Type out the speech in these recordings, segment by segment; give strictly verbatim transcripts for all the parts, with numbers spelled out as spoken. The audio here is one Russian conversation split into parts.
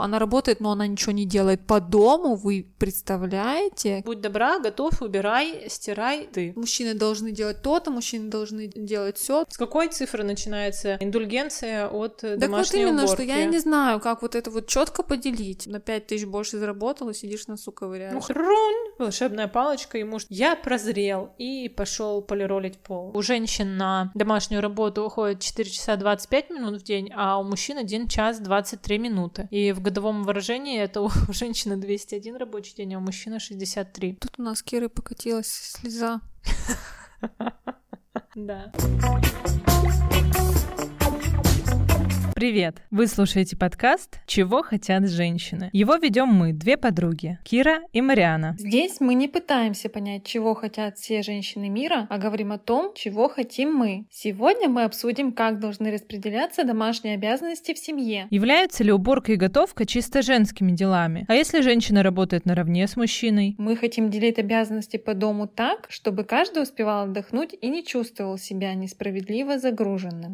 Она работает, но она ничего не делает по дому, вы представляете? Будь добра, готовь, убирай, стирай ты. Мужчины должны делать то-то, мужчины должны делать все. С какой цифры начинается индульгенция от так домашней вот именно, уборки? Что я не знаю, как вот это вот четко поделить. На пять тысяч больше заработала, сидишь носу ковыряешь. Ну, хрунь, волшебная палочка, и муж, я прозрел и пошел полиролить пол. У женщин на домашнюю работу уходит четыре часа двадцать пять минут в день, а у мужчин один час двадцать три минуты. И в годовом выражении это у женщины двести один рабочий день, а у мужчины шестьдесят три. Тут у нас Киры покатилась слеза. Да. Привет! Вы слушаете подкаст «Чего хотят женщины?». Его ведем мы, две подруги, Кира и Мариана. Здесь мы не пытаемся понять, чего хотят все женщины мира, а говорим о том, чего хотим мы. Сегодня мы обсудим, как должны распределяться домашние обязанности в семье. Является ли уборка и готовка чисто женскими делами? А если женщина работает наравне с мужчиной? Мы хотим делить обязанности по дому так, чтобы каждый успевал отдохнуть и не чувствовал себя несправедливо загруженным.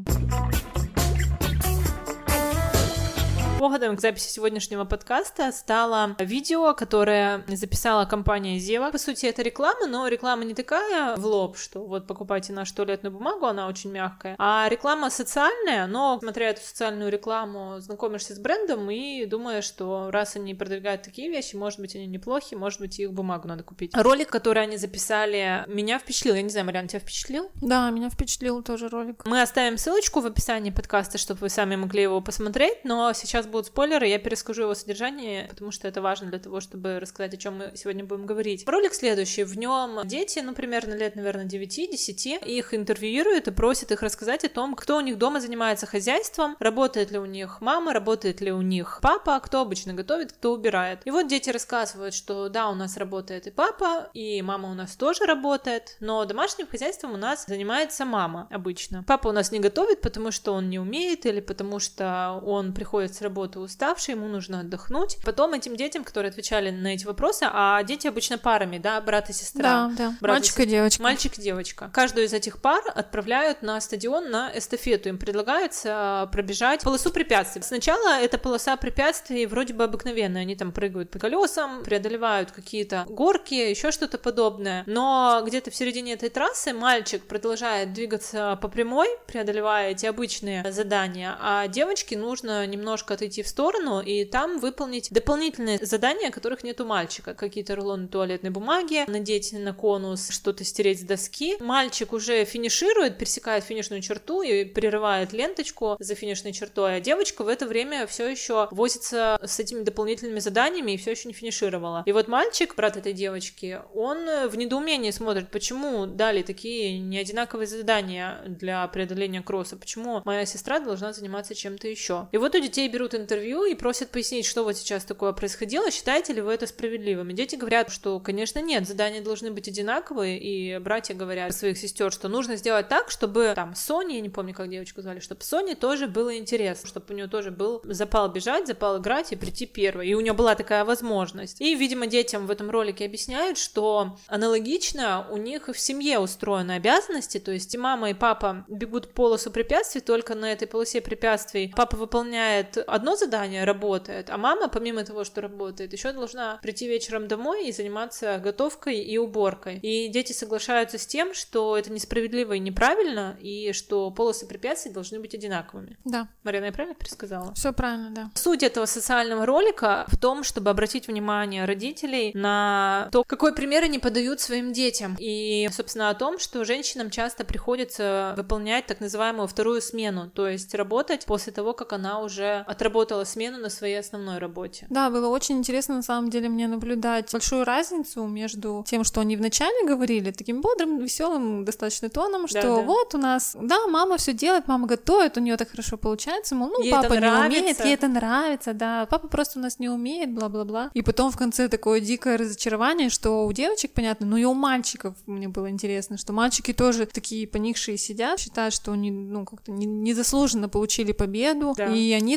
Поводом к записи сегодняшнего подкаста стало видео, которое записала компания Зева. По сути, это реклама, но реклама не такая в лоб, что вот покупайте нашу туалетную бумагу, она очень мягкая, а реклама социальная, но, смотря эту социальную рекламу, знакомишься с брендом и думаешь, что раз они продвигают такие вещи, может быть, они неплохи, может быть, их бумагу надо купить. Ролик, который они записали, меня впечатлил. Я не знаю, Мариана, тебя впечатлил? Да, меня впечатлил тоже ролик. Мы оставим ссылочку в описании подкаста, чтобы вы сами могли его посмотреть, но сейчас будут спойлеры, я перескажу его содержание, потому что это важно для того, чтобы рассказать, о чем мы сегодня будем говорить. Ролик следующий. В нем дети, ну, примерно лет, наверное, девять-десять, их интервьюируют и просят их рассказать о том, кто у них дома занимается хозяйством, работает ли у них мама, работает ли у них папа, кто обычно готовит, кто убирает. И вот дети рассказывают, что да, у нас работает и папа, и мама у нас тоже работает, но домашним хозяйством у нас занимается мама обычно. Папа у нас не готовит, потому что он не умеет или потому что он приходит с работы уставший, ему нужно отдохнуть. Потом этим детям, которые отвечали на эти вопросы, а дети обычно парами, да, брат и сестра. Да, да. Брат Мальчик и девочка. Мальчик и девочка. Каждую из этих пар отправляют на стадион на эстафету. Им предлагается пробежать полосу препятствий. Сначала эта полоса препятствий вроде бы обыкновенная. Они там прыгают по колесам, преодолевают какие-то горки, еще что-то подобное. Но где-то в середине этой трассы мальчик продолжает двигаться по прямой, преодолевая эти обычные задания, а девочке нужно немножко отойти в сторону и там выполнить дополнительные задания, которых нет у мальчика. Какие-то рулоны туалетной бумаги, надеть на конус, что-то стереть с доски. Мальчик уже финиширует, пересекает финишную черту и прерывает ленточку за финишной чертой, а девочка в это время все еще возится с этими дополнительными заданиями и все еще не финишировала. И вот мальчик, брат этой девочки, он в недоумении смотрит, почему дали такие неодинаковые задания для преодоления кросса, почему моя сестра должна заниматься чем-то еще. И вот у детей берут интервью и просят пояснить, что вот сейчас такое происходило, считаете ли вы это справедливым? И дети говорят, что, конечно, нет, задания должны быть одинаковые, и братья говорят своих сестер, что нужно сделать так, чтобы там Соне, я не помню, как девочку звали, чтобы Соне тоже было интересно, чтобы у нее тоже был запал бежать, запал играть и прийти первой, и у нее была такая возможность. И, видимо, детям в этом ролике объясняют, что аналогично у них и в семье устроены обязанности, то есть и мама, и папа бегут по полосу препятствий, только на этой полосе препятствий папа выполняет одно задание, работает, а мама, помимо того, что работает, еще должна прийти вечером домой и заниматься готовкой и уборкой. И дети соглашаются с тем, что это несправедливо и неправильно, и что полосы препятствий должны быть одинаковыми. Да. Марина, я правильно пересказала? Все правильно, да. Суть этого социального ролика в том, чтобы обратить внимание родителей на то, какой пример они подают своим детям. И, собственно, о том, что женщинам часто приходится выполнять так называемую вторую смену, то есть работать после того, как она уже отработала смену на своей основной работе. Да, было очень интересно, на самом деле, мне наблюдать большую разницу между тем, что они вначале говорили, таким бодрым, веселым достаточно тоном, что да, да. вот у нас, да, мама все делает, мама готовит, у нее так хорошо получается, мол, ну, ей папа не нравится. умеет, ей это нравится, да, папа просто у нас не умеет, бла-бла-бла. И потом в конце такое дикое разочарование, что у девочек, понятно, но и у мальчиков мне было интересно, что мальчики тоже такие поникшие сидят, считают, что они, ну, как-то незаслуженно получили победу, да. и они тут уже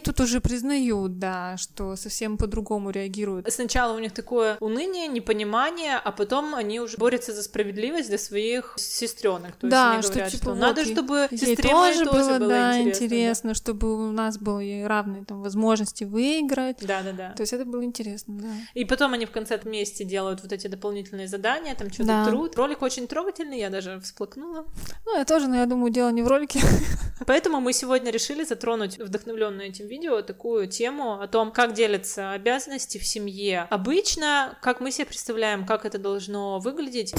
признают, да, что совсем по-другому реагируют. Сначала у них такое уныние, непонимание, а потом они уже борются за справедливость для своих сестренок. То да, есть они говорят, что, что, типа, что надо, вот, чтобы ей сестре тоже моей тоже было, было да, интересно. интересно Да. чтобы у нас были равные там возможности выиграть. Да-да-да. То есть это было интересно, да. И потом они в конце вместе делают вот эти дополнительные задания, там что-то да. труд. Ролик очень трогательный, я даже всплакнула. Ну, я тоже, но я думаю, дело не в ролике. Поэтому мы сегодня решили затронуть, вдохновленную этим видео, такую тему о том, как делятся обязанности в семье. Обычно, как мы себе представляем, как это должно выглядеть.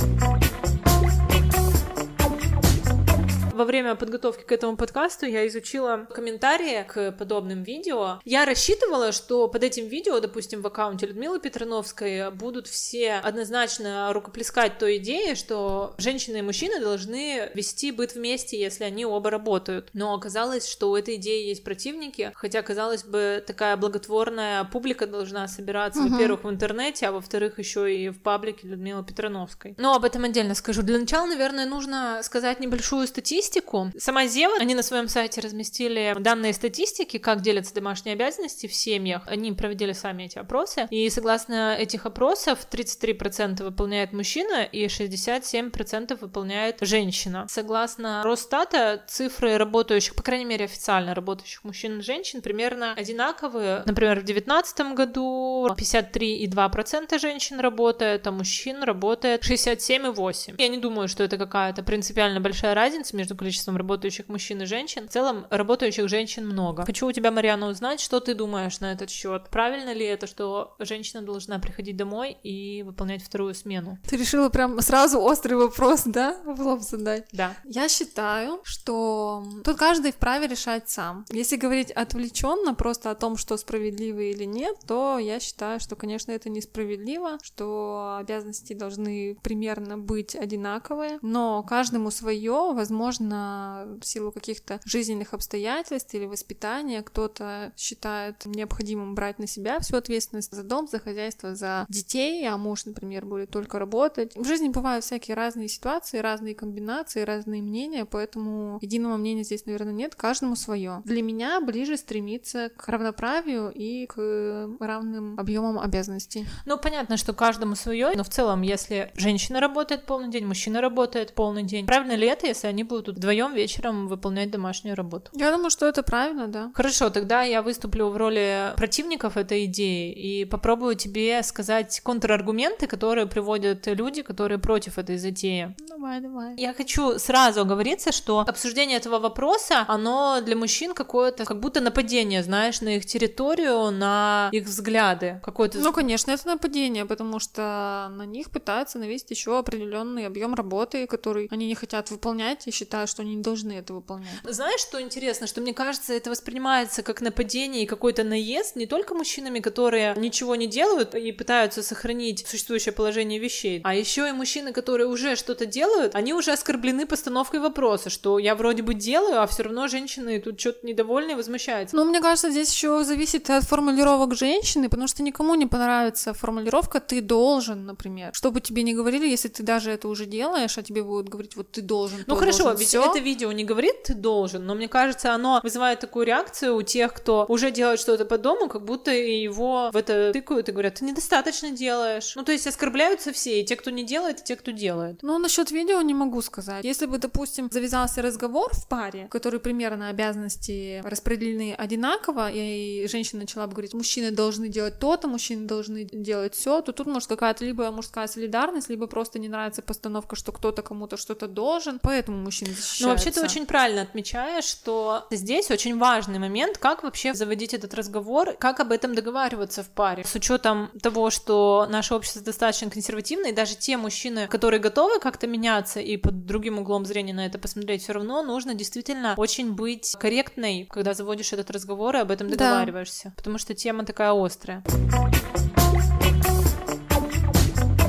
Во время подготовки к этому подкасту я изучила комментарии к подобным видео. Я рассчитывала, что под этим видео, допустим, в аккаунте Людмилы Петрановской будут все однозначно рукоплескать той идее, что женщины и мужчины должны вести быт вместе, если они оба работают. Но оказалось, что у этой идеи есть противники, хотя, казалось бы, такая благотворная публика должна собираться, угу. во-первых, в интернете, а во-вторых, еще и в паблике Людмилы Петрановской. Но об этом отдельно скажу. Для начала, наверное, нужно сказать небольшую статистику. Сама Зева, они на своем сайте разместили данные статистики, как делятся домашние обязанности в семьях. Они проводили сами эти опросы, и согласно этих опросов тридцать три процента выполняет мужчина и шестьдесят семь процентов выполняет женщина. Согласно Росстата, цифры работающих, по крайней мере официально работающих мужчин и женщин примерно одинаковые. Например, в две тысячи девятнадцатом году пятьдесят три и два десятых процента женщин работает, а мужчин работает шестьдесят семь и восемь десятых процента. Я не думаю, что это какая-то принципиально большая разница между количеством работающих мужчин и женщин. В целом, работающих женщин много. Хочу у тебя, Марьяна, узнать, что ты думаешь на этот счет. Правильно ли это, что женщина должна приходить домой и выполнять вторую смену? Ты решила прям сразу острый вопрос, да, в лоб задать? Да. Я считаю, что тут каждый вправе решать сам. Если говорить отвлеченно просто о том, что справедливо или нет, то я считаю, что, конечно, это несправедливо, что обязанности должны примерно быть одинаковые, но каждому свое, возможно, в силу каких-то жизненных обстоятельств или воспитания кто-то считает необходимым брать на себя всю ответственность за дом, за хозяйство, за детей, а муж, например, будет только работать. В жизни бывают всякие разные ситуации, разные комбинации, разные мнения, поэтому единого мнения здесь, наверное, нет, каждому свое. Для меня ближе стремиться к равноправию и к равным объемам обязанностей. Ну, понятно, что каждому свое, но в целом, если женщина работает полный день, мужчина работает полный день, правильно ли это, если они будут вдвоем вечером выполнять домашнюю работу? Я думаю, что это правильно, да. Хорошо, тогда я выступлю в роли противников этой идеи и попробую тебе сказать контраргументы, которые приводят люди, которые против этой затеи. Давай, давай. Я хочу сразу оговориться, что обсуждение этого вопроса, оно для мужчин какое-то, как будто нападение, знаешь, на их территорию, на их взгляды. Какое-то... Ну, конечно, это нападение, потому что на них пытаются навесить еще определенный объем работы, который они не хотят выполнять и считают, что они не должны это выполнять. Знаешь, что интересно? Что, мне кажется, это воспринимается как нападение и какой-то наезд не только мужчинами, которые ничего не делают и пытаются сохранить существующее положение вещей, а еще и мужчины, которые уже что-то делают, они уже оскорблены постановкой вопроса, что я вроде бы делаю, а все равно женщины тут что-то недовольны и возмущаются. Ну, мне кажется, здесь еще зависит от формулировок женщины, потому что никому не понравится формулировка «ты должен», например. Что бы тебе ни говорили, если ты даже это уже делаешь, а тебе будут говорить «вот ты должен». Ну хорошо, должен, ведь всё. это видео не говорит «ты должен», но мне кажется, оно вызывает такую реакцию у тех, кто уже делает что-то по дому, как будто его в это тыкают и говорят «ты недостаточно делаешь». Ну то есть оскорбляются все, и те, кто не делает, и те, кто делает. Ну, насчет видео не могу сказать. Если бы, допустим, завязался разговор в паре, в который примерно обязанности распределены одинаково, и женщина начала бы говорить, мужчины должны делать то-то, мужчины должны делать все, то тут может какая-то либо мужская солидарность, либо просто не нравится постановка, что кто-то кому-то что-то должен, поэтому мужчины защищаются. Ну, вообще ты очень правильно отмечаешь, что здесь очень важный момент, как вообще заводить этот разговор, как об этом договариваться в паре. С учетом того, что наше общество достаточно консервативное, и даже те мужчины, которые готовы как-то меняться и под другим углом зрения на это посмотреть, все равно нужно действительно очень быть корректной, когда заводишь этот разговор и об этом договариваешься, да. Потому что тема такая острая.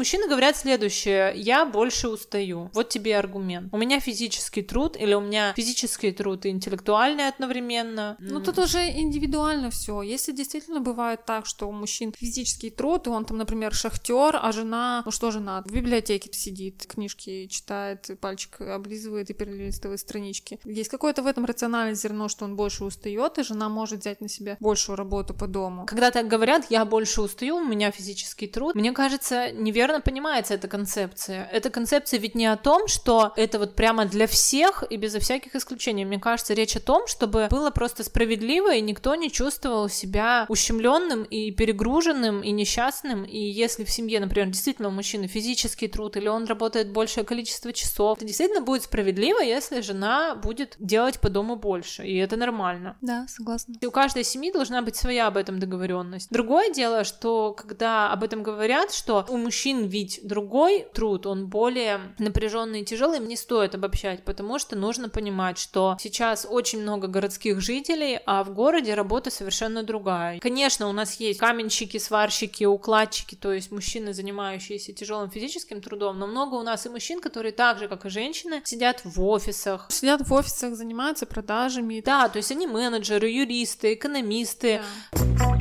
мужчины говорят следующее: я больше устаю. Вот тебе аргумент. У меня физический труд, или у меня физический труд и интеллектуальный одновременно. Ну, тут уже индивидуально все. Если действительно бывает так, что у мужчин физический труд, и он там, например, шахтер, а жена, ну что жена, в библиотеке сидит, книжки читает, пальчик облизывает и перелистывает странички. Есть какое-то в этом рациональное зерно, что он больше устает, и жена может взять на себя большую работу по дому. Когда так говорят, я больше устаю, у меня физический труд, мне кажется, неверно понимается эта концепция. Эта концепция ведь не о том, что это вот прямо для всех и безо всяких исключений. Мне кажется, речь о том, чтобы было просто справедливо, и никто не чувствовал себя ущемленным и перегруженным, и несчастным. И если в семье, например, действительно у мужчины физический труд, или он работает большее количество часов, то действительно будет справедливо, если жена будет делать по дому больше, и это нормально. Да, согласна. И у каждой семьи должна быть своя об этом договоренность. Другое дело, что когда об этом говорят, что у мужчин ведь другой труд, он более напряженный и тяжелый, не стоит обобщать, потому что нужно понимать, что сейчас очень много городских жителей, а в городе работа совершенно другая. Конечно, у нас есть каменщики, сварщики, укладчики, то есть мужчины, занимающиеся тяжелым физическим трудом, но много у нас и мужчин, которые так же, как и женщины, сидят в офисах. Сидят в офисах, занимаются продажами. Да, то есть они менеджеры, юристы, экономисты. Да.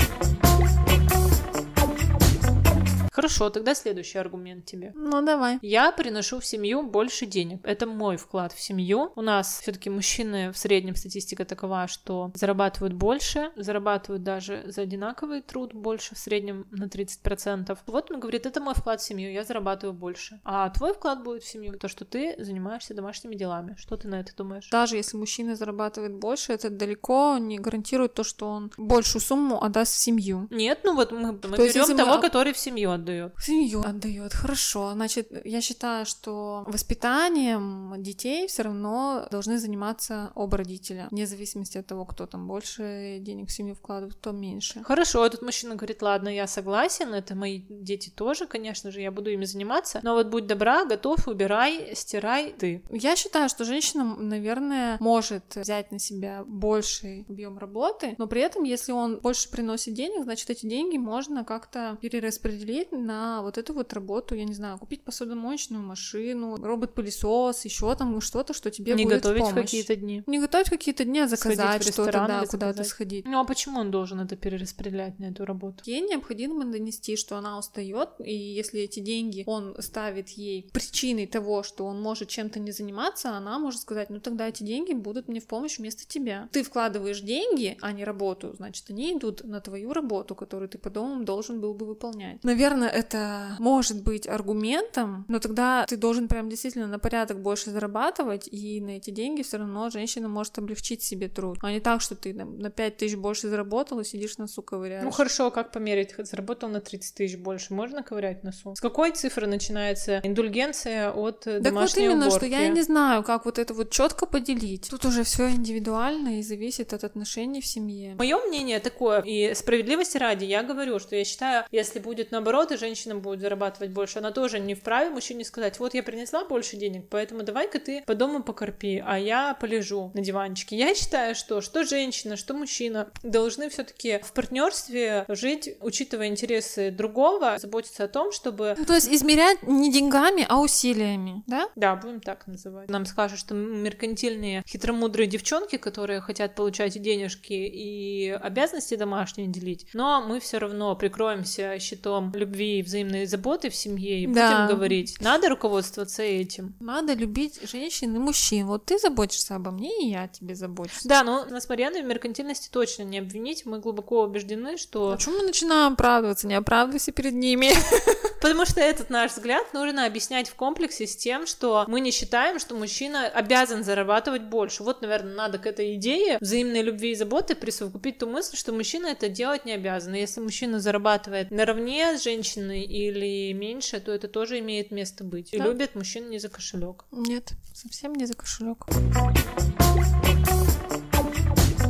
Хорошо, тогда следующий аргумент тебе. Ну, давай. Я приношу в семью больше денег. Это мой вклад в семью. У нас все-таки мужчины, в среднем статистика такова, что зарабатывают больше, зарабатывают даже за одинаковый труд больше, в среднем на тридцать процентов. Вот он говорит, это мой вклад в семью, я зарабатываю больше. А твой вклад будет в семью, то, что ты занимаешься домашними делами. Что ты на это думаешь? Даже если мужчина зарабатывает больше, это далеко не гарантирует то, что он большую сумму отдаст в семью. Нет, ну вот мы, мы То есть, берем если того, мы... который в семью отдает. В семью отдает, хорошо. Значит, я считаю, что воспитанием детей все равно должны заниматься оба родителя, вне зависимости от того, кто там больше денег в семью вкладывает, кто меньше. Хорошо, этот мужчина говорит, ладно, я согласен, это мои дети тоже, конечно же, я буду ими заниматься, но вот будь добра, готовь, убирай, стирай ты. Я считаю, что женщина, наверное, может взять на себя больший объем работы, но при этом, если он больше приносит денег, значит, эти деньги можно как-то перераспределить на вот эту вот работу, я не знаю, купить посудомоечную машину, робот-пылесос, еще там что-то, что тебе не будет в помощь. Не готовить в какие-то дни. Не готовить в какие-то дни, а заказать что-то, да, куда-то сходить. Ну а почему он должен это перераспределять на эту работу? Ей необходимо донести, что она устает, и если эти деньги он ставит ей причиной того, что он может чем-то не заниматься, она может сказать, ну тогда эти деньги будут мне в помощь вместо тебя. Ты вкладываешь деньги, а не работу, значит, они идут на твою работу, которую ты по дому должен был бы выполнять. Наверное, это может быть аргументом, но тогда ты должен прям действительно на порядок больше зарабатывать, и на эти деньги все равно женщина может облегчить себе труд. А не так, что ты там, на пять тысяч больше заработал и сидишь носу ковыряешь. Ну хорошо, как померить? Заработал на тридцать тысяч больше, можно ковырять носу? С какой цифры начинается индульгенция от домашней уборки? Так вот именно, уборки? Что я не знаю, как вот это вот четко поделить. Тут уже все индивидуально и зависит от отношений в семье. Мое мнение такое, и справедливости ради, я говорю, что я считаю, если будет наоборот, и женщина будет зарабатывать больше, она тоже не вправе мужчине сказать, вот я принесла больше денег, поэтому давай-ка ты по дому покорпи, а я полежу на диванчике. Я считаю, что что женщина, что мужчина должны все-таки в партнерстве жить, учитывая интересы другого, заботиться о том, чтобы... Ну, то есть измерять не деньгами, а усилиями, да? Да, будем так называть. Нам скажут, что меркантильные, хитромудрые девчонки, которые хотят получать денежки и обязанности домашние делить, но мы все равно прикроемся щитом любви и взаимной заботы в семье и да. будем говорить, надо руководствоваться этим. Надо любить женщин и мужчин. Вот ты заботишься обо мне, и я тебе забочусь. Да, но нас Марьяну в меркантильности точно не обвинить. Мы глубоко убеждены, что... Почему мы начинаем оправдываться? Не оправдывайся перед ними. Потому что этот наш взгляд нужно объяснять в комплексе с тем, что мы не считаем, что мужчина обязан зарабатывать больше. Вот, наверное, надо к этой идее взаимной любви и заботы присовокупить ту мысль, что мужчина это делать не обязан. И если мужчина зарабатывает наравне с женщиной или меньше, то это тоже имеет место быть. И да. Любят мужчин не за кошелек. Нет, совсем не за кошелек.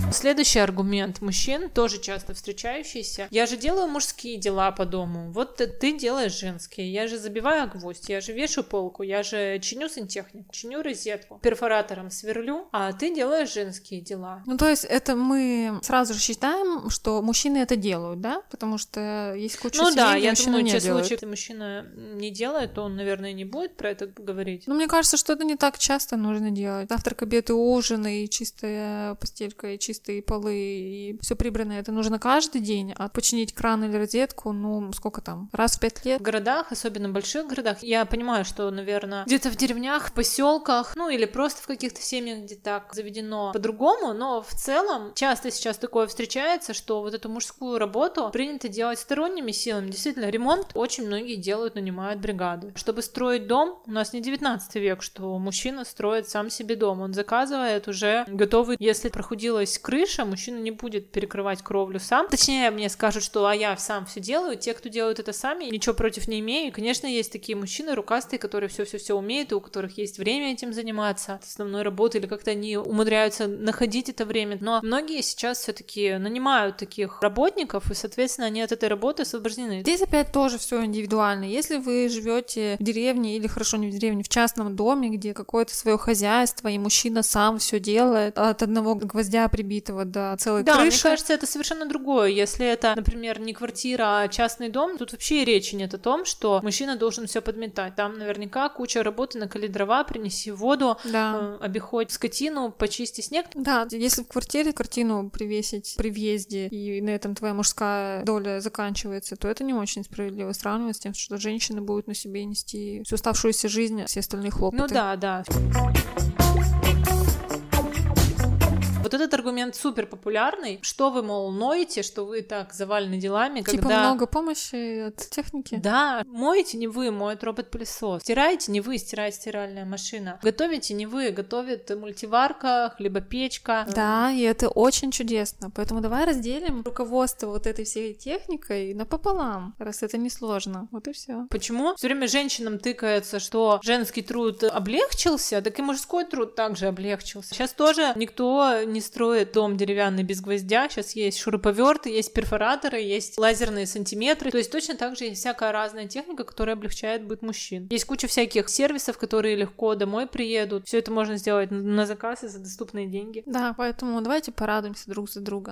Следующий аргумент мужчин, тоже часто встречающийся. Я же делаю мужские дела по дому, вот ты, ты делаешь женские. Я же забиваю гвоздь, я же вешу полку, я же чиню сантехнику, чиню розетку, перфоратором сверлю, а ты делаешь женские дела. Ну, то есть это мы сразу же считаем, что мужчины это делают, да? Потому что есть куча Ну семей, да, где я мужчины думаю, не в те делают. случаи, если мужчина не делает, то он, наверное, не будет про это говорить. Ну, мне кажется, что это не так часто нужно делать. Завтрак, обед и ужин, и чистая постелька, и чистые полы, и все прибранное. Это нужно каждый день. А починить кран или розетку, ну, сколько там? Раз в пять лет? В городах, особенно в больших городах, я понимаю, что, наверное, где-то в деревнях, в поселках, ну или просто в каких-то семьях, где так заведено по-другому, но в целом часто сейчас такое встречается, что вот эту мужскую работу принято делать сторонними силами. Действительно, ремонт очень многие делают, нанимают бригады. Чтобы строить дом, у нас не девятнадцатый век, что мужчина строит сам себе дом. Он заказывает уже готовый. Если прохудилась крыша, мужчина не будет перекрывать кровлю сам. Точнее, мне скажут, что а я сам все делаю. Те, кто делают это сами, ничего против не имею. И, конечно, есть такие мужчины рукастые, которые все-все-все умеют, и у которых есть время этим заниматься, основной работой, или как-то они умудряются находить это время. Но многие сейчас все-таки нанимают таких работников, и, соответственно, они от этой работы освобождены. Здесь опять тоже все индивидуально. Если вы живете в деревне или хорошо не в деревне, в частном доме, где какое-то свое хозяйство, и мужчина сам все делает, от одного гвоздя прибитого до целой да, крыши. Мне кажется, это совершенно другое. Если это, например, не квартира, а частный дом, тут вообще и речи нет о том, что мужчина должен все подметать. Там наверняка куча работы, накали дрова, принеси воду, да. э, обиходь скотину, почисти снег. Да, если в квартире картину привесить при въезде, и на этом твоя мужская доля заканчивается, то это не очень справедливо сравнивать с тем, что женщины будут на себе нести всю оставшуюся жизнь, все остальные хлопоты. Ну да, да. Вот этот аргумент супер популярный. Что вы, мол, ноете, что вы так завалены делами, типа когда... много помощи от техники? Да, моете не вы, моет робот-пылесос. Стираете не вы, стирает стиральная машина. Готовите не вы, готовит мультиварка, хлебопечка. Да, и это очень чудесно. Поэтому давай разделим руководство вот этой всей техникой напополам, раз это не сложно. Вот и все. Почему? Все время женщинам тыкается, что женский труд облегчился, так и мужской труд также облегчился. Сейчас тоже никто не строит дом деревянный без гвоздя. Сейчас есть шуруповерты, есть перфораторы, есть лазерные сантиметры. То есть точно так же есть всякая разная техника, которая облегчает быт мужчин. Есть куча всяких сервисов, которые легко домой приедут. Все это можно сделать на заказ и за доступные деньги. Да, поэтому давайте порадуемся друг за друга.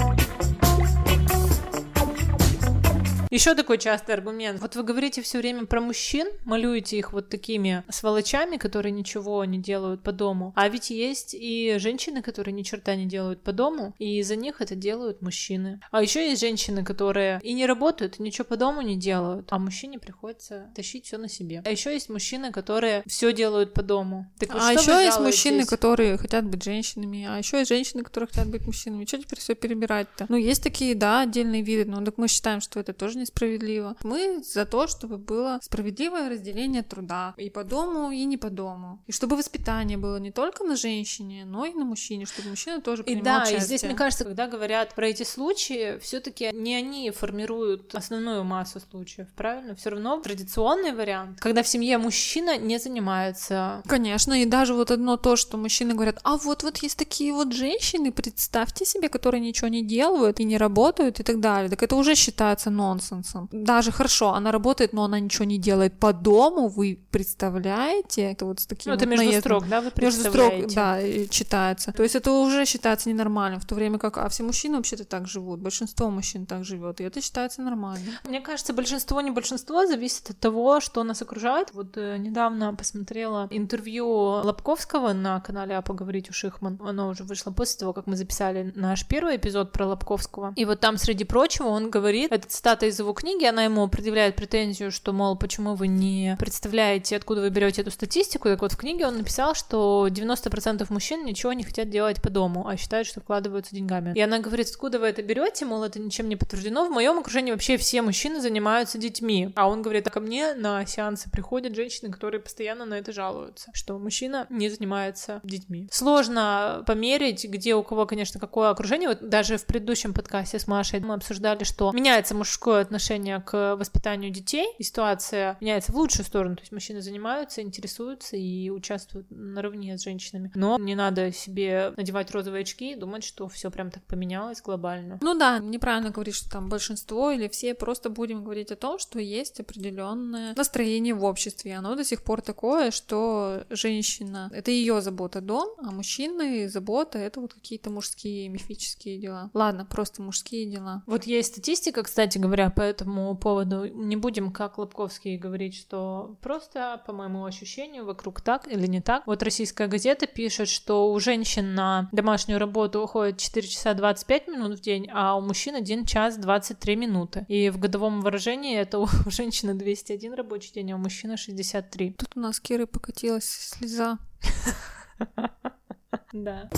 Еще такой частый аргумент. Вот вы говорите все время про мужчин, малюете их вот такими сволочами, которые ничего не делают по дому. А ведь есть и женщины, которые ни черта не делают по дому, и за них это делают мужчины. А еще есть женщины, которые и не работают, и ничего по дому не делают, а мужчине приходится тащить все на себе. А еще есть мужчины, которые все делают по дому. Так вот, а что еще вы есть жалуетесь? мужчины, которые хотят быть женщинами, а еще есть женщины, которые хотят быть мужчинами. Что теперь все перебирать-то? Ну, есть такие, да, отдельные виды, но так мы считаем, что это тоже несправедливо. Мы за то, чтобы было справедливое разделение труда и по дому, и не по дому. И чтобы воспитание было не только на женщине, но и на мужчине, чтобы мужчина тоже принимал и да, участие. И здесь, мне кажется, когда говорят про эти случаи, все-таки не они формируют основную массу случаев, правильно? Все равно традиционный вариант, когда в семье мужчина не занимается. Конечно, и даже вот одно то, что мужчины говорят, а вот вот есть такие вот женщины, представьте себе, которые ничего не делают и не работают и так далее. Так это уже считается нонсенсом. Даже хорошо, она работает, но она ничего не делает по дому, вы представляете? Это вот с таким Ну, это вот между наездом. строк, да, вы Между представляете? строк, да, и читается. То есть это уже считается ненормальным, в то время как, а все мужчины вообще-то так живут, большинство мужчин так живет, и это считается нормальным. Мне кажется, большинство, не большинство зависит от того, что нас окружает. Вот э, недавно посмотрела интервью Лобковского на канале «А поговорить у Шихман». Оно уже вышло после того, как мы записали наш первый эпизод про Лобковского. И вот там, среди прочего, он говорит, это цитата из его книги, она ему предъявляет претензию, что, мол, почему вы не представляете, откуда вы берете эту статистику. Так вот, в книге он написал, что девяносто процентов мужчин ничего не хотят делать по дому, а считают, что вкладываются деньгами. И она говорит, откуда вы это берете, мол, это ничем не подтверждено. В моем окружении вообще все мужчины занимаются детьми. А он говорит, а ко мне на сеансы приходят женщины, которые постоянно на это жалуются, что мужчина не занимается детьми. Сложно померить, где у кого, конечно, какое окружение. Вот даже в предыдущем подкасте с Машей мы обсуждали, что меняется мужское отношение к воспитанию детей, и ситуация меняется в лучшую сторону, то есть мужчины занимаются, интересуются и участвуют наравне с женщинами. Но не надо себе надевать розовые очки и думать, что все прям так поменялось глобально. Ну да, неправильно говорить, что там большинство или все, просто будем говорить о том, что есть определенное настроение в обществе, и оно до сих пор такое, что женщина — это ее забота дом, а мужчины — забота — это вот какие-то мужские мифические дела. Ладно, просто мужские дела. Вот есть статистика, кстати говоря, по этому поводу. Не будем, как Лобковский, говорить, что просто, по моему ощущению, вокруг так или не так. Вот «Российская газета» пишет, что у женщин на домашнюю работу уходит четыре часа двадцать пять минут в день, а у мужчин один час двадцать три минуты. И в годовом выражении это у женщины двести один рабочий день, а у мужчины шестьдесят три. Тут у нас Киры покатилась слеза. Да.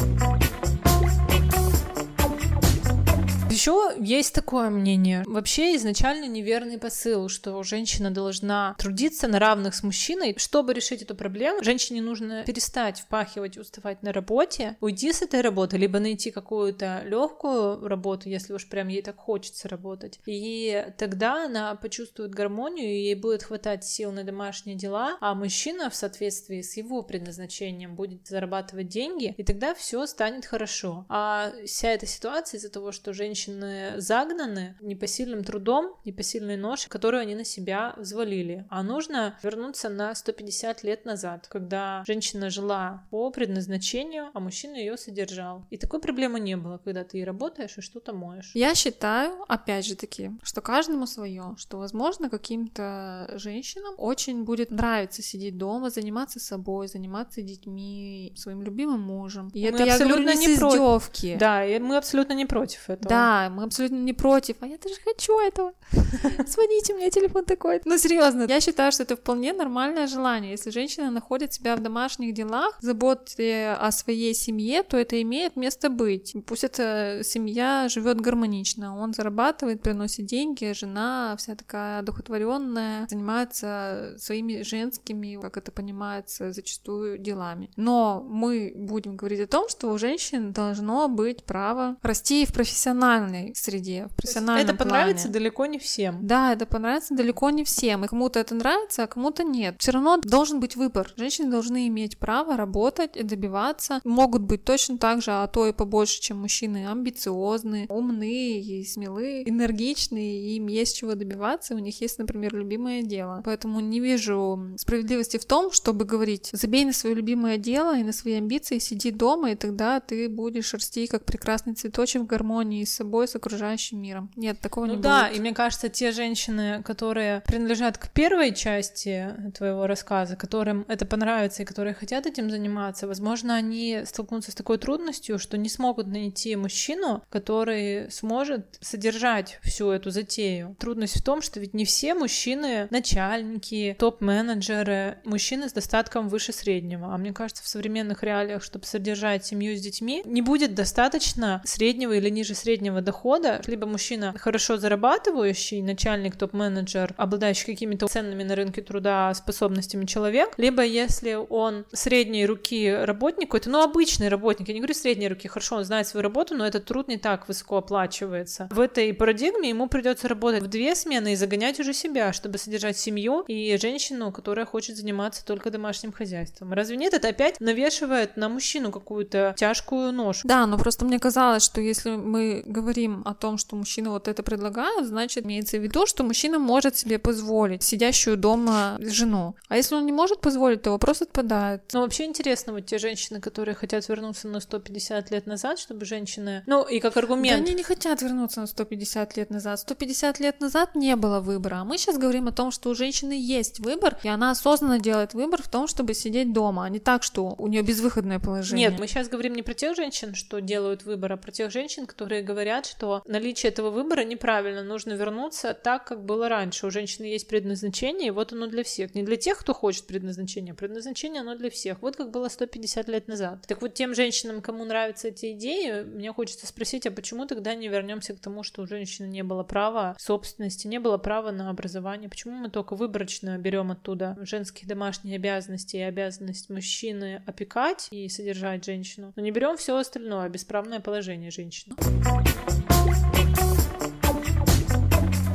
Еще есть такое мнение. Вообще изначально неверный посыл, что женщина должна трудиться на равных с мужчиной. Чтобы решить эту проблему, женщине нужно перестать впахивать, уставать на работе, уйти с этой работы, либо найти какую-то легкую работу, если уж прям ей так хочется работать. И тогда она почувствует гармонию, и ей будет хватать сил на домашние дела, а мужчина в соответствии с его предназначением будет зарабатывать деньги, и тогда все станет хорошо. А вся эта ситуация из-за того, что женщина загнаны непосильным трудом, непосильной ношей, которую они на себя взвалили. А нужно вернуться на сто пятьдесят лет назад, когда женщина жила по предназначению, а мужчина ее содержал. И такой проблемы не было, когда ты и работаешь, и что-то моешь. Я считаю, опять же таки, что каждому свое, что, возможно, каким-то женщинам очень будет нравиться сидеть дома, заниматься собой, заниматься детьми, своим любимым мужем. И мы это я говорю не с издевки. Да, и мы абсолютно не против этого. Да, мы абсолютно не против, а я даже хочу этого. Звоните, у меня телефон такой. Ну, серьезно, я считаю, что это вполне нормальное желание. Если женщина находит себя в домашних делах, заботе о своей семье, то это имеет место быть. Пусть эта семья живет гармонично, он зарабатывает, приносит деньги, жена вся такая одухотворенная, занимается своими женскими, как это понимается, зачастую делами. Но мы будем говорить о том, что у женщин должно быть право расти в профессиональной среде, в профессиональном это понравится плане. далеко не всем. Да, это понравится далеко не всем. И кому-то это нравится, а кому-то нет. Все равно должен быть выбор. Женщины должны иметь право работать и добиваться. Могут быть точно так же, а то и побольше, чем мужчины, амбициозные, умные и смелые, энергичные, и им есть чего добиваться, у них есть, например, любимое дело. Поэтому не вижу справедливости в том, чтобы говорить: забей на свое любимое дело и на свои амбиции, сиди дома, и тогда ты будешь расти как прекрасный цветочек в гармонии с собой, с окружающим миром. Нет, такого ну не да, будет. И мне кажется, те женщины, которые принадлежат к первой части твоего рассказа, которым это понравится и которые хотят этим заниматься, возможно, они столкнутся с такой трудностью, что не смогут найти мужчину, который сможет содержать всю эту затею. Трудность в том, что ведь не все мужчины начальники, топ-менеджеры, мужчины с достатком выше среднего. А мне кажется, в современных реалиях, чтобы содержать семью с детьми, не будет достаточно среднего или ниже среднего дохода. Либо мужчина хорошо зарабатывающий, начальник, топ-менеджер, обладающий какими-то ценными на рынке труда способностями человек, либо если он средней руки работник, какой-то, ну, обычный работник, я не говорю средней руки, хорошо, он знает свою работу, но этот труд не так высоко оплачивается. В этой парадигме ему придется работать в две смены и загонять уже себя, чтобы содержать семью и женщину, которая хочет заниматься только домашним хозяйством. Разве нет? Это опять навешивает на мужчину какую-то тяжкую ношу. Да, но просто мне казалось, что если мы говорим о том, что мужчина вот это предлагает, значит, имеется в виду, что мужчина может себе позволить сидящую дома жену. А если он не может позволить, то вопрос отпадает. Ну, вообще интересно, вот те женщины, которые хотят вернуться на сто пятьдесят лет назад, чтобы женщины... Ну, и как аргумент... Да они не хотят вернуться на сто пятьдесят лет назад. сто пятьдесят лет назад не было выбора. А мы сейчас говорим о том, что у женщины есть выбор, и она осознанно делает выбор в том, чтобы сидеть дома, а не так, что у нее безвыходное положение. Нет, мы сейчас говорим не про тех женщин, что делают выбор, а про тех женщин, которые говорят, что наличие этого выбора неправильно, нужно вернуться так, как было раньше. У женщины есть предназначение, и вот оно для всех. Не для тех, кто хочет предназначение, предназначение оно для всех. Вот как было сто пятьдесят лет назад. Так вот, тем женщинам, кому нравятся эти идеи, мне хочется спросить, а почему тогда не вернемся к тому, что у женщины не было права собственности, не было права на образование? Почему мы только выборочно берем оттуда женские домашние обязанности и обязанность мужчины опекать и содержать женщину, но не берем все остальное, бесправное положение женщины?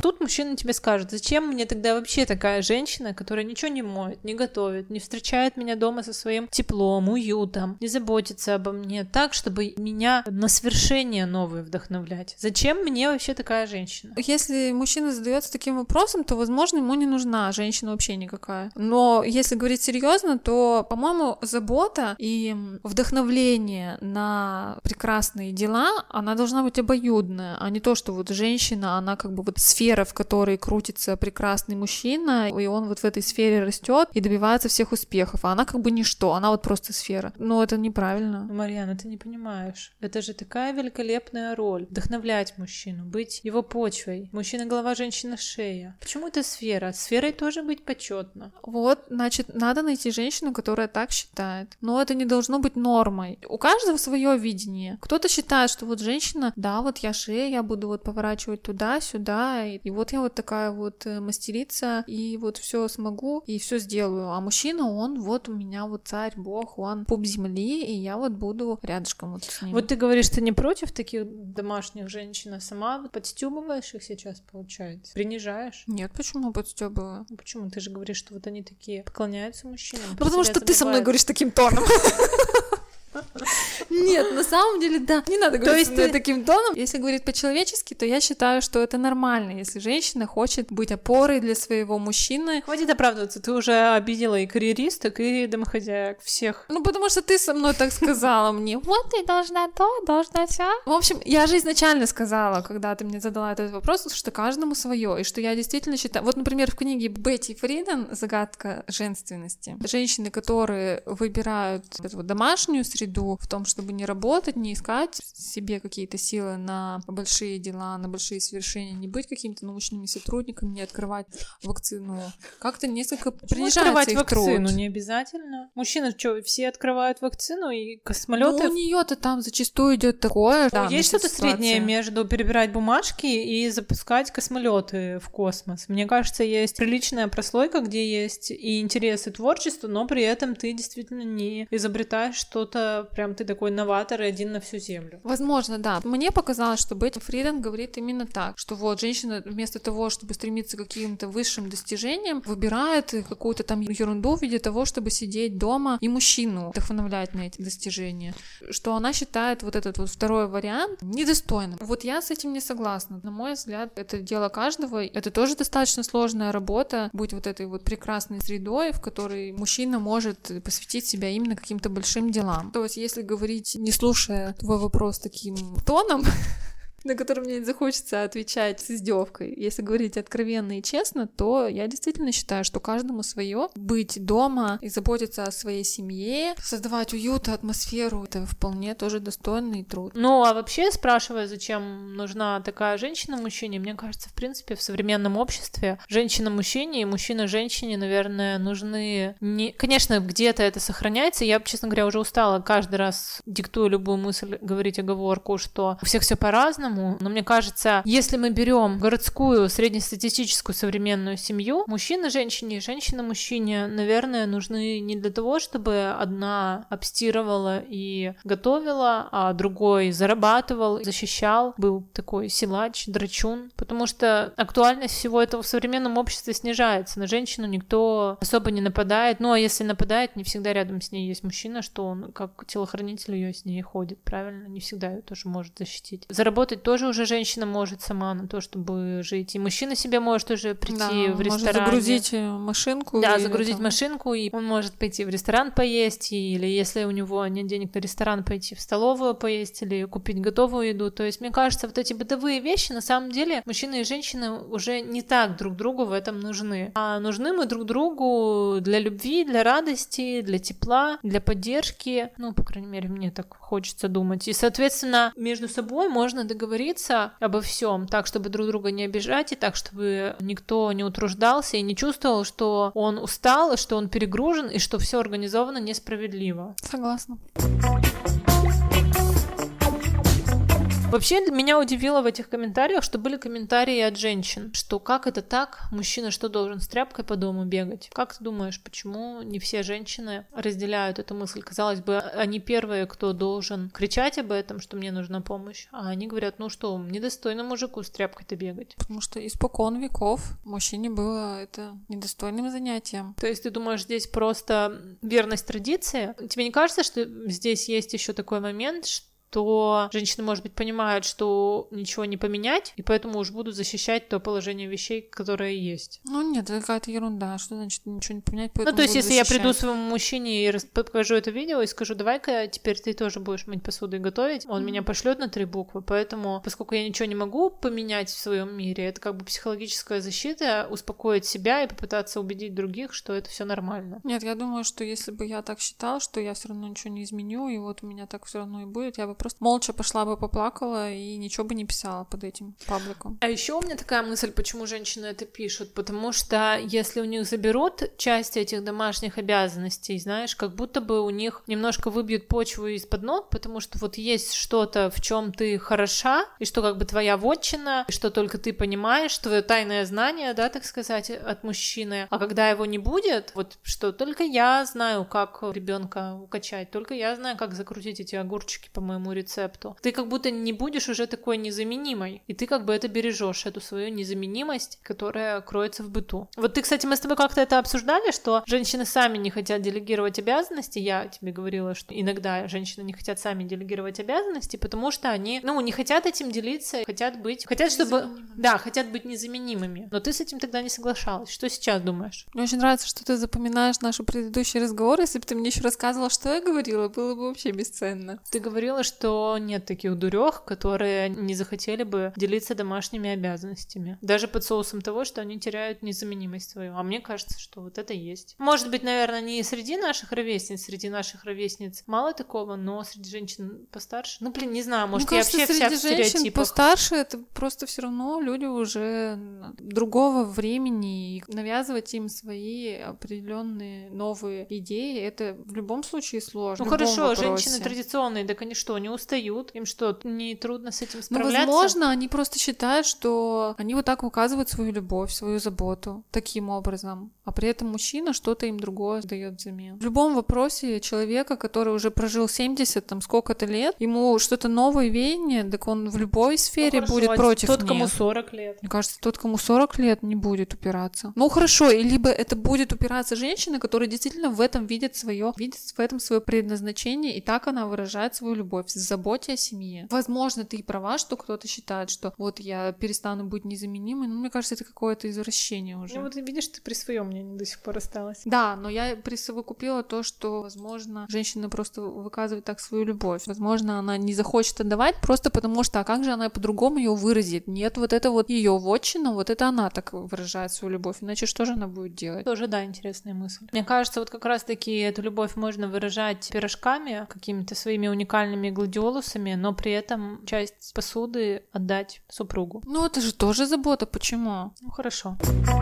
тут мужчина тебе скажет: зачем мне тогда вообще такая женщина, которая ничего не моет, не готовит, не встречает меня дома со своим теплом, уютом, не заботится обо мне так, чтобы меня на свершение новые вдохновлять? Зачем мне вообще такая женщина? Если мужчина задается таким вопросом, то, возможно, ему не нужна женщина вообще никакая. Но если говорить серьезно, то, по-моему, забота и вдохновление на прекрасные дела, она должна быть обоюдная, а не то, что вот женщина, она как бы вот сфера, в которой крутится прекрасный мужчина, и он вот в этой сфере растет и добивается всех успехов, а она как бы ничто, она вот просто сфера. Но это неправильно. Марьяна, ты не понимаешь. Это же такая великолепная роль. Вдохновлять мужчину, быть его почвой. Мужчина — голова, женщина — шея. Почему это сфера? Сферой тоже быть почетно. Вот, значит, надо найти женщину, которая так считает. Но это не должно быть нормой. У каждого свое видение. Кто-то считает, что вот женщина, да, вот я шея, я буду вот поворачивать туда-сюда, и, и вот я вот такая вот мастерица, и вот все смогу, и все сделаю. А мужчина, он вот у меня вот царь, бог, он пуп земли, и я вот буду рядышком вот с ним. Вот ты говоришь, ты не против таких домашних женщин, а сама подстёбываешь их сейчас, получается? Принижаешь? Нет, почему подстёбываю? Ну, почему? Ты же говоришь, что вот они такие поклоняются мужчинам. Ну, потому что ты со мной говоришь таким тоном. Нет, на самом деле, да, не надо говорить ты... таким тоном. Если говорить по-человечески, то я считаю, что это нормально, если женщина хочет быть опорой для своего мужчины. Хватит оправдываться, ты уже обидела и карьеристок, и домохозяек, всех. Ну, потому что ты со мной так сказала мне, вот ты должна то, должна вся. В общем, я же изначально сказала, когда ты мне задала этот вопрос, что каждому свое, и что я действительно считаю... Вот, например, в книге Бетти Фриден «Загадка женственности» женщины, которые выбирают эту вот домашнюю среду в том, чтобы не работать, не искать себе какие-то силы на большие дела, на большие свершения, не быть какими-то научными сотрудниками, не открывать вакцину. Как-то несколько принижается их труд. Вакцину не обязательно. Мужчины что, все открывают вакцину и космолеты? Ну, у нее-то там зачастую идет такое. Да, есть что-то среднее между перебирать бумажки и запускать космолеты в космос. Мне кажется, есть приличная прослойка, где есть и интерес, и творчество, но при этом ты действительно не изобретаешь что-то, прям ты такой новатор и один на всю землю. Возможно, да. Мне показалось, что Бетти Фриден говорит именно так, что вот женщина вместо того, чтобы стремиться к каким-то высшим достижениям, выбирает какую-то там ерунду в виде того, чтобы сидеть дома и мужчину вдохновлять на эти достижения. Что она считает вот этот вот второй вариант недостойным. Вот я с этим не согласна. На мой взгляд, это дело каждого. Это тоже достаточно сложная работа, быть вот этой вот прекрасной средой, в которой мужчина может посвятить себя именно каким-то большим делам. То есть, если говорить, не слушая твой вопрос таким тоном, на который мне захочется отвечать с издевкой. Если говорить откровенно и честно, то я действительно считаю, что каждому свое. Быть дома и заботиться о своей семье, создавать уют и атмосферу, это вполне тоже достойный труд. Ну, а вообще, спрашивая, зачем нужна такая женщина мужчине, мне кажется, в принципе, в современном обществе женщина мужчине и мужчина женщине, наверное, нужны... Не... Конечно, где-то это сохраняется. Я, честно говоря, уже устала каждый раз, диктуя любую мысль, говорить оговорку, что у всех все по-разному. Но мне кажется, если мы берем городскую среднестатистическую современную семью, мужчина женщине и женщина мужчине, наверное, нужны не для того, чтобы одна обстирывала и готовила, а другой зарабатывал, защищал, был такой силач, драчун, потому что актуальность всего этого в современном обществе снижается. На женщину никто особо не нападает, ну а если нападает, не всегда рядом с ней есть мужчина, что он как телохранитель ее с ней ходит, правильно? Не всегда ее тоже может защитить. Заработать тоже уже женщина может сама на то, чтобы жить. И мужчина себе может уже прийти да, в ресторан. Может загрузить машинку. Да, загрузить это... машинку, и он может пойти в ресторан поесть, или если у него нет денег на ресторан, пойти в столовую поесть, или купить готовую еду. То есть, мне кажется, вот эти бытовые вещи, на самом деле, мужчины и женщины уже не так друг другу в этом нужны. А нужны мы друг другу для любви, для радости, для тепла, для поддержки. Ну, по крайней мере, мне так хочется думать. И, соответственно, между собой можно договориться обо всем так, чтобы друг друга не обижать, и так, чтобы никто не утруждался и не чувствовал, что он устал, и что он перегружен, и что все организовано несправедливо. Согласна. Вообще меня удивило в этих комментариях, что были комментарии от женщин, что как это так, мужчина что должен с тряпкой по дому бегать? Как ты думаешь, почему не все женщины разделяют эту мысль? Казалось бы, они первые, кто должен кричать об этом, что мне нужна помощь, а они говорят, ну что, недостойно мужику с тряпкой-то бегать. Потому что испокон веков мужчине было это недостойным занятием. То есть ты думаешь, здесь просто верность традиции? Тебе не кажется, что здесь есть еще такой момент, что то женщины, может быть, понимают, что ничего не поменять, и поэтому уж будут защищать то положение вещей, которое есть. Ну нет, это какая-то ерунда. Что значит ничего не поменять, поэтому Ну то есть, если защищать. Я приду своему мужчине и покажу это видео и скажу, давай-ка теперь ты тоже будешь мыть посуду и готовить, он mm-hmm. меня пошлет на три буквы, поэтому, поскольку я ничего не могу поменять в своем мире, это как бы психологическая защита, успокоить себя и попытаться убедить других, что это все нормально. Нет, я думаю, что если бы я так считала, что я все равно ничего не изменю, и вот у меня так все равно и будет, я бы просто молча пошла бы поплакала и ничего бы не писала под этим пабликом. А еще у меня такая мысль, почему женщины это пишут, потому что если у них заберут часть этих домашних обязанностей, знаешь, как будто бы у них немножко выбьют почву из-под ног, потому что вот есть что-то, в чем ты хороша, и что как бы твоя вотчина, и что только ты понимаешь, твое тайное знание, да, так сказать, от мужчины. А когда его не будет, вот что только я знаю, как ребенка укачать, только я знаю, как закрутить эти огурчики по моему рецепту. Ты как будто не будешь уже такой незаменимой, и ты как бы это бережешь, эту свою незаменимость, которая кроется в быту. Вот ты, кстати, мы с тобой как-то это обсуждали, что женщины сами не хотят делегировать обязанности. Я тебе говорила, что иногда женщины не хотят сами делегировать обязанности, потому что они, ну, не хотят этим делиться, хотят быть, хотят, чтобы, да, хотят быть незаменимыми. Но ты с этим тогда не соглашалась. Что сейчас думаешь? Мне очень нравится, что ты запоминаешь наши предыдущие разговоры. Если бы ты мне еще рассказывала, что я говорила, было бы вообще бесценно. Ты говорила, что нет таких дурёх, которые не захотели бы делиться домашними обязанностями. Даже под соусом того, что они теряют незаменимость свою. А мне кажется, что вот это есть. Может быть, наверное, не среди наших ровесниц, среди наших ровесниц мало такого, но среди женщин постарше. Ну, блин, не знаю, может, Мне я кажется, вообще вся в среди женщин стереотипах. Постарше это просто все равно люди уже другого времени, и навязывать им свои определенные новые идеи, это в любом случае сложно. Ну хорошо, женщины традиционные, так они что, не устают? Им что, не трудно с этим справляться? Ну, возможно, они просто считают, что они вот так указывают свою любовь, свою заботу таким образом, а при этом мужчина что-то им другое дает взамен. В любом вопросе человека, который уже прожил семьдесят, там, сколько-то лет, ему что-то новое веяние, так он в любой сфере ну, будет против тот, них. кому сорок лет. Мне кажется, тот, кому сорок лет, не будет упираться. Ну, хорошо, и либо это будет упираться женщина, которая действительно в этом видит свое, видит в этом свое предназначение, и так она выражает свою любовь, в заботе о семье. Возможно, ты и права, что кто-то считает, что вот я перестану быть незаменимой, но мне кажется, это какое-то извращение уже. Ну вот видишь, ты при своем мнении до сих пор осталась. Да, но я присовокупила то, что, возможно, женщина просто выказывает так свою любовь. Возможно, она не захочет отдавать просто потому, что а как же она по-другому ее выразит? Нет, вот это вот ее вотчина, вот это она так выражает свою любовь, иначе что же она будет делать? Тоже, да, интересная мысль. Мне кажется, вот как раз-таки эту любовь можно выражать пирожками, какими-то своими уникальными гладиолусами, но при этом часть посуды отдать супругу. Ну, это же тоже забота, почему? Ну, хорошо.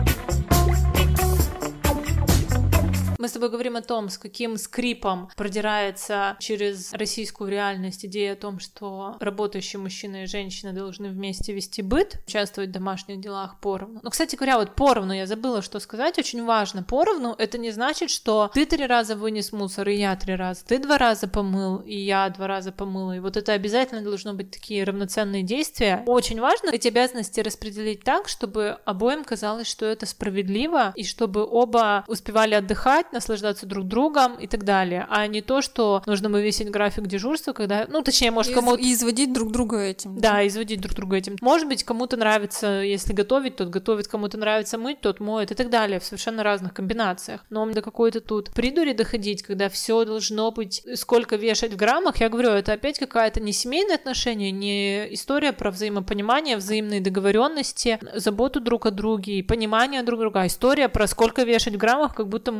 Мы с тобой говорим о том, с каким скрипом продирается через российскую реальность идея о том, что работающие мужчина и женщина должны вместе вести быт, участвовать в домашних делах поровну. Но, кстати говоря, вот поровну, я забыла, что сказать, очень важно. Поровну — это не значит, что ты три раза вынес мусор, и я три раза, ты два раза помыл, и я два раза помыла. И вот это обязательно должно быть такие равноценные действия. Очень важно эти обязанности распределить так, чтобы обоим казалось, что это справедливо, и чтобы оба успевали отдыхать, наслаждаться друг другом и так далее, а не то, что нужно вывесить график дежурства, когда, ну, точнее, может, кому-то... И изводить друг друга этим. Да, да, изводить друг друга этим. Может быть, кому-то нравится, если готовить, тот готовит, кому-то нравится мыть, тот моет и так далее, в совершенно разных комбинациях. Но до какой-то тут придури доходить, когда все должно быть, сколько вешать в граммах, я говорю, это опять какая-то не семейные отношения, не история про взаимопонимание, взаимные договоренности, заботу друг о друге и понимание друг друга, а история про сколько вешать в граммах, как будто мы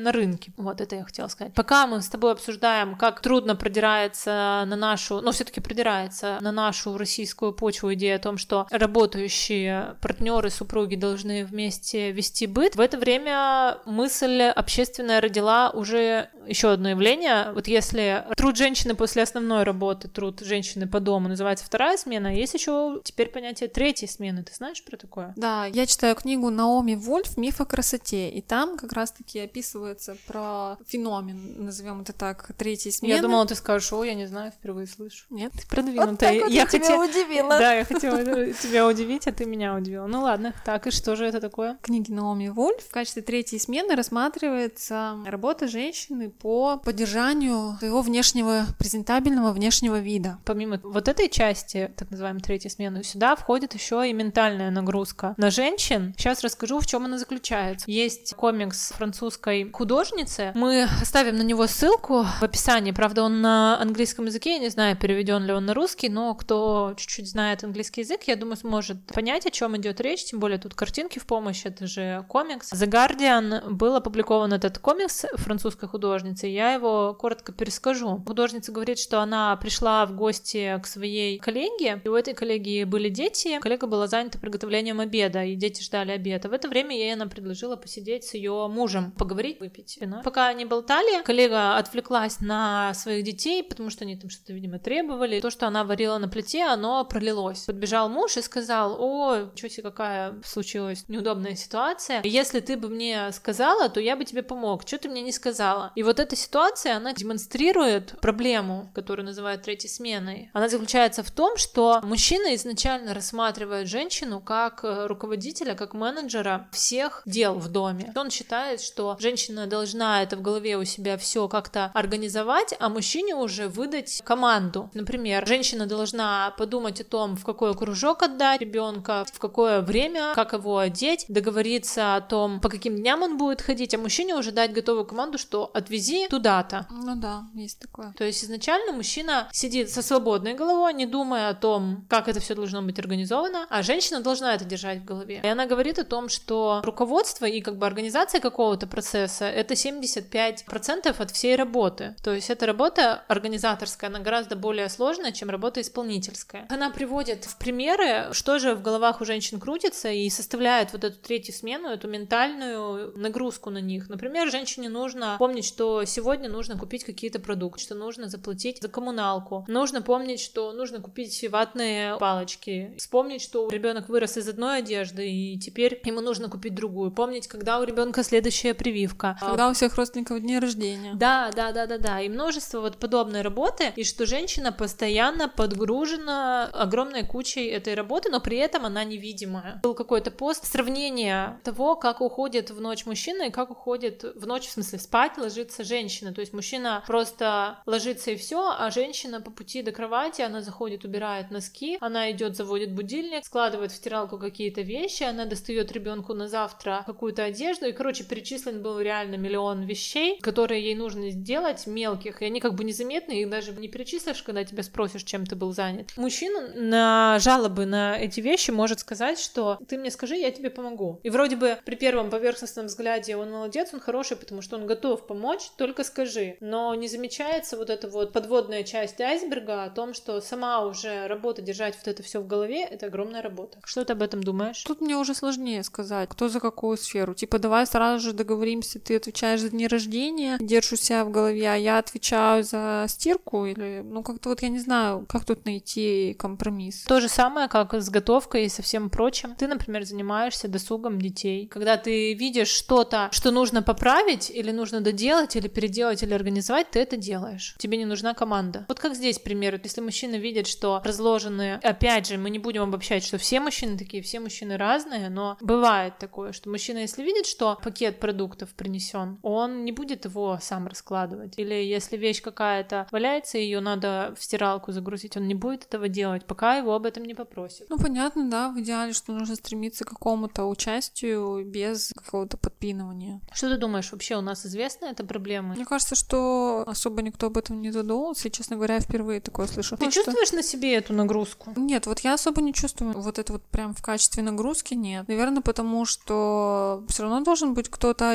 на рынке. Вот это я хотела сказать. Пока мы с тобой обсуждаем, как трудно продирается на нашу, но все-таки продирается на нашу российскую почву идея о том, что работающие партнеры, супруги должны вместе вести быт, в это время мысль общественная родила уже еще одно явление. Вот если труд женщины после основной работы, труд женщины по дому называется вторая смена, есть еще теперь понятие третьей смены. Ты знаешь про такое? Да, я читаю книгу Наоми Вольф «Миф о красоте», и там как раз-таки описывается про феномен, назовем это так, третьей смены. Я думала, ты скажешь: о, я не знаю, впервые слышу. Нет. Ты продвинутая. Вот так вот я я тебя хотела... удивила. Да, я хотела тебя удивить, а ты меня удивила. Ну ладно, так, и что же это такое? В книге Наоми Вольф в качестве третьей смены рассматривается работа женщины по поддержанию своего внешнего, презентабельного внешнего вида. Помимо вот этой части, так называемой третьей смены, сюда входит еще и ментальная нагрузка на женщин. Сейчас расскажу, в чем она заключается. Есть комикс французской художницы. Мы оставим на него ссылку в описании. Правда, он на английском языке, я не знаю, переведен ли он на русский, но кто чуть-чуть знает английский язык, я думаю, сможет понять, о чем идет речь. Тем более тут картинки в помощь, это же комикс. The Guardian был опубликован этот комикс французской художницы. Я его коротко перескажу. Художница говорит, что она пришла в гости к своей коллеге, и у этой коллеги были дети. Коллега была занята приготовлением обеда, и дети ждали обеда. В это время ей она предложила посидеть с ее мужем, поговорить, выпить вино. Пока они болтали, коллега отвлеклась на своих детей, потому что они там что-то, видимо, требовали. То, что она варила на плите, оно пролилось. Подбежал муж и сказал: о, чё себе, какая случилась неудобная ситуация. Если ты бы мне сказала, то я бы тебе помог. Чё ты мне не сказала? И вот эта ситуация, она демонстрирует проблему, которую называют третьей сменой. Она заключается в том, что мужчина изначально рассматривает женщину как руководителя, как менеджера всех дел в доме. Он считает, что женщина должна это в голове у себя все как-то организовать, а мужчине уже выдать команду. Например, женщина должна подумать о том, в какой кружок отдать ребенка, в какое время, как его одеть, договориться о том, по каким дням он будет ходить, а мужчине уже дать готовую команду, что отвези туда-то. Ну да, есть такое. То есть изначально мужчина сидит со свободной головой, не думая о том, как это все должно быть организовано, а женщина должна это держать в голове. И она говорит о том, что руководство и как бы организация какого-то процесса — это семьдесят пять процентов от всей работы. То есть эта работа организаторская, она гораздо более сложная, чем работа исполнительская. Она приводит в примеры, что же в головах у женщин крутится, и составляет вот эту третью смену, эту ментальную нагрузку на них. Например, женщине нужно помнить, что сегодня нужно купить какие-то продукты, что нужно заплатить за коммуналку. Нужно помнить, что нужно купить ватные палочки. Вспомнить, что ребенок вырос из одной одежды, и теперь ему нужно купить другую. Помнить, когда у ребенка следующая прививка. Когда у всех родственников дни рождения. Да, да, да, да, да. И множество вот подобной работы, и что женщина постоянно подгружена огромной кучей этой работы, но при этом она невидимая. Был какой-то пост сравнения того, как уходит в ночь мужчина и как уходит в ночь, в смысле, спать ложится женщина. То есть мужчина просто ложится и все, а женщина по пути до кровати, она заходит, убирает носки, она идет, заводит будильник, складывает в стиралку какие-то вещи, она достает ребенку на завтра какую-то одежду, и, короче, перечислен был реально миллион вещей, которые ей нужно сделать, мелких, и они как бы незаметны, их даже не перечислишь, когда тебя спросишь, чем ты был занят. Мужчина на жалобы на эти вещи может сказать, что ты мне скажи, я тебе помогу. И вроде бы при первом поверхностном взгляде он молодец, он хороший, потому что он готов помочь, только скажи. Но не замечается вот эта вот подводная часть айсберга о том, что сама уже работа, держать вот это все в голове, это огромная работа. Что ты об этом думаешь? Тут мне уже сложнее сказать, кто за какую сферу. Типа, давай сразу же договоримся, ты отвечаешь за дни рождения, держу себя в голове, а я отвечаю за стирку, или, ну, как-то вот я не знаю, как тут найти компромисс. То же самое, как с готовкой и со всем прочим. Ты, например, занимаешься досугом детей. Когда ты видишь что-то, что нужно поправить, или нужно доделать, или переделать, или организовать, ты это делаешь. Тебе не нужна команда. Вот как здесь пример. Если мужчина видит, что разложены, опять же, мы не будем обобщать, что все мужчины такие, все мужчины разные, но бывает такое, что мужчина, если видит, что пакет продуктов принесен, он не будет его сам раскладывать. Или если вещь какая-то валяется, ее надо в стиралку загрузить, он не будет этого делать, пока его об этом не попросят. Ну, понятно, да, в идеале, что нужно стремиться к какому-то участию без какого-то подпинывания. Что ты думаешь, вообще у нас известна эта проблема? Мне кажется, что особо никто об этом не задумывался, и, честно говоря, я впервые такое слышу. Ты ну, чувствуешь что... на себе эту нагрузку? Нет, вот я особо не чувствую вот это вот прям в качестве нагрузки, нет. Наверное, потому что все равно должен быть кто-то один,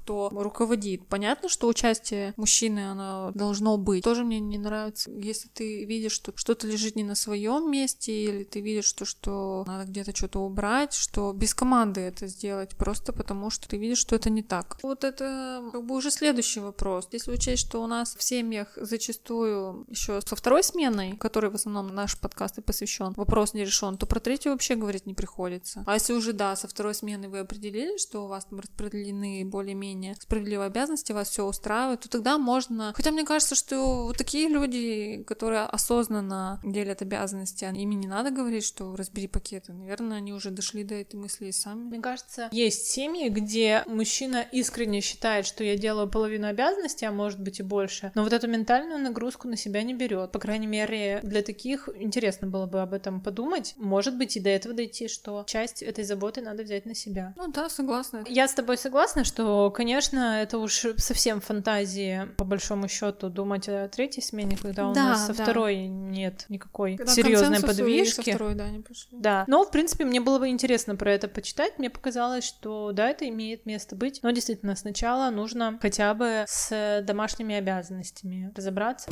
кто руководит. Понятно, что участие мужчины, оно должно быть. Тоже мне не нравится, если ты видишь, что что-то лежит не на своем месте, или ты видишь, что, что надо где-то что-то убрать, что без команды это сделать, просто потому что ты видишь, что это не так. Вот это как бы уже следующий вопрос. Если учесть, что у нас в семьях зачастую еще со второй сменой, которой в основном наш подкаст и посвящен, вопрос не решен, то про третью вообще говорить не приходится. А если уже, да, со второй смены вы определили, что у вас там распределены более-менее справедливые обязанности, вас все устраивает, то тогда можно... Хотя мне кажется, что вот такие люди, которые осознанно делят обязанности, ими не надо говорить, что разбери пакеты. Наверное, они уже дошли до этой мысли и сами. Мне кажется, есть семьи, где мужчина искренне считает, что я делаю половину обязанностей, а может быть и больше, но вот эту ментальную нагрузку на себя не берет. По крайней мере, для таких интересно было бы об этом подумать. Может быть, и до этого дойти, что часть этой заботы надо взять на себя. Ну да, согласна. Я с тобой согласна, что, конечно, это уж совсем фантазии, по большому счету, думать о третьей смене, когда у да, нас со да. второй нет никакой когда серьезной подвижки. Со второй, да, не пошли. Да. Но, в принципе, мне было бы интересно про это почитать. Мне показалось, что да, это имеет место быть. Но действительно, сначала нужно хотя бы с домашними обязанностями разобраться.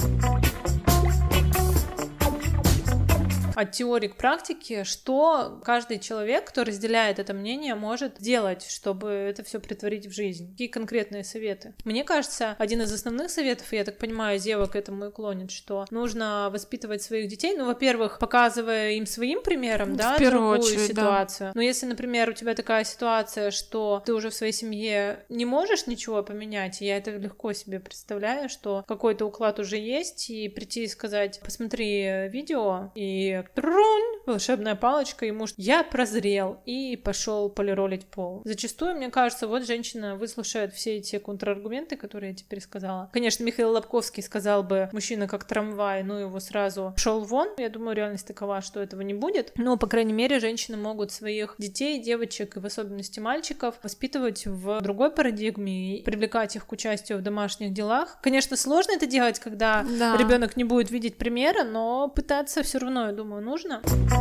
От теории к практике, что каждый человек, кто разделяет это мнение, может делать, чтобы это все притворить в жизнь. Какие конкретные советы? Мне кажется, один из основных советов, и я так понимаю, Ева к этому и клонит, что нужно воспитывать своих детей, ну, во-первых, показывая им своим примером, в да, другую очередь, ситуацию. Да. Но если, например, у тебя такая ситуация, что ты уже в своей семье не можешь ничего поменять, и я это легко себе представляю, что какой-то уклад уже есть, и прийти и сказать, посмотри видео, и трунь, волшебная палочка, и муж, я прозрел, и пошел полиролить пол. Зачастую, мне кажется, вот женщина выслушает все эти контраргументы, которые я теперь сказала. Конечно, Михаил Лобковский сказал бы, мужчина как трамвай, ну его сразу шел вон. Я думаю, реальность такова, что этого не будет. Но, по крайней мере, женщины могут своих детей, девочек и в особенности мальчиков воспитывать в другой парадигме и привлекать их к участию в домашних делах. Конечно, сложно это делать, когда да. ребенок не будет видеть примера, но пытаться все равно, я думаю, нужно.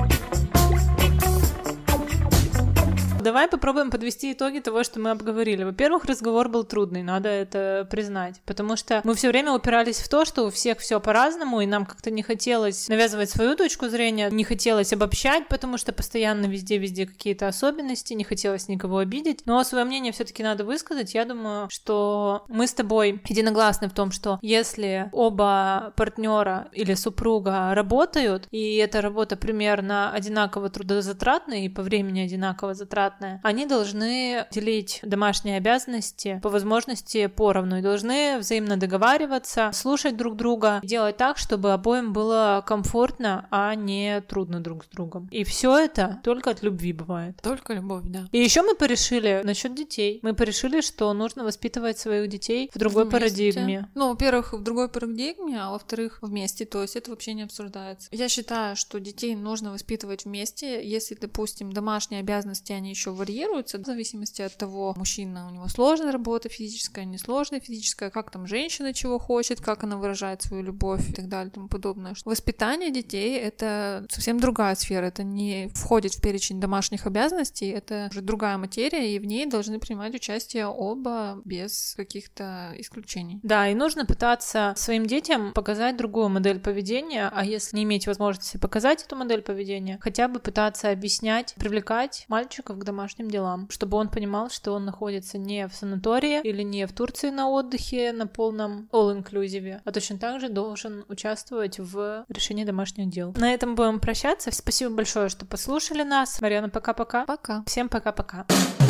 Давай попробуем подвести итоги того, что мы обговорили. Во-первых, разговор был трудный, надо это признать, потому что мы все время упирались в то, что у всех все по-разному, и нам как-то не хотелось навязывать свою точку зрения, не хотелось обобщать, потому что постоянно везде-везде какие-то особенности, не хотелось никого обидеть, но свое мнение все-таки надо высказать. Я думаю, что мы с тобой единогласны в том, что если оба партнера или супруга работают, и эта работа примерно одинаково трудозатратная и по времени одинаково затратная, они должны делить домашние обязанности по возможности поровну и должны взаимно договариваться, слушать друг друга, делать так, чтобы обоим было комфортно, а не трудно друг с другом. И все это только от любви бывает. Только любовь, да. И еще мы порешили насчет детей. Мы порешили, что нужно воспитывать своих детей в другой вместе. парадигме. Ну, во-первых, в другой парадигме, а во-вторых, вместе. То есть это вообще не обсуждается. Я считаю, что детей нужно воспитывать вместе. Если, допустим, домашние обязанности, они еще варьируются в зависимости от того, мужчина, у него сложная работа физическая, несложная физическая, как там женщина чего хочет, как она выражает свою любовь и так далее и тому подобное. Воспитание детей — это совсем другая сфера, это не входит в перечень домашних обязанностей, это уже другая материя, и в ней должны принимать участие оба без каких-то исключений. Да, и нужно пытаться своим детям показать другую модель поведения, а если не иметь возможности показать эту модель поведения, хотя бы пытаться объяснять, привлекать мальчиков к домашним делам, чтобы он понимал, что он находится не в санатории или не в Турции на отдыхе на полном all-inclusive, а точно так же должен участвовать в решении домашних дел. На этом будем прощаться. Спасибо большое, что послушали нас. Марьяна, пока-пока. Пока. Всем пока-пока.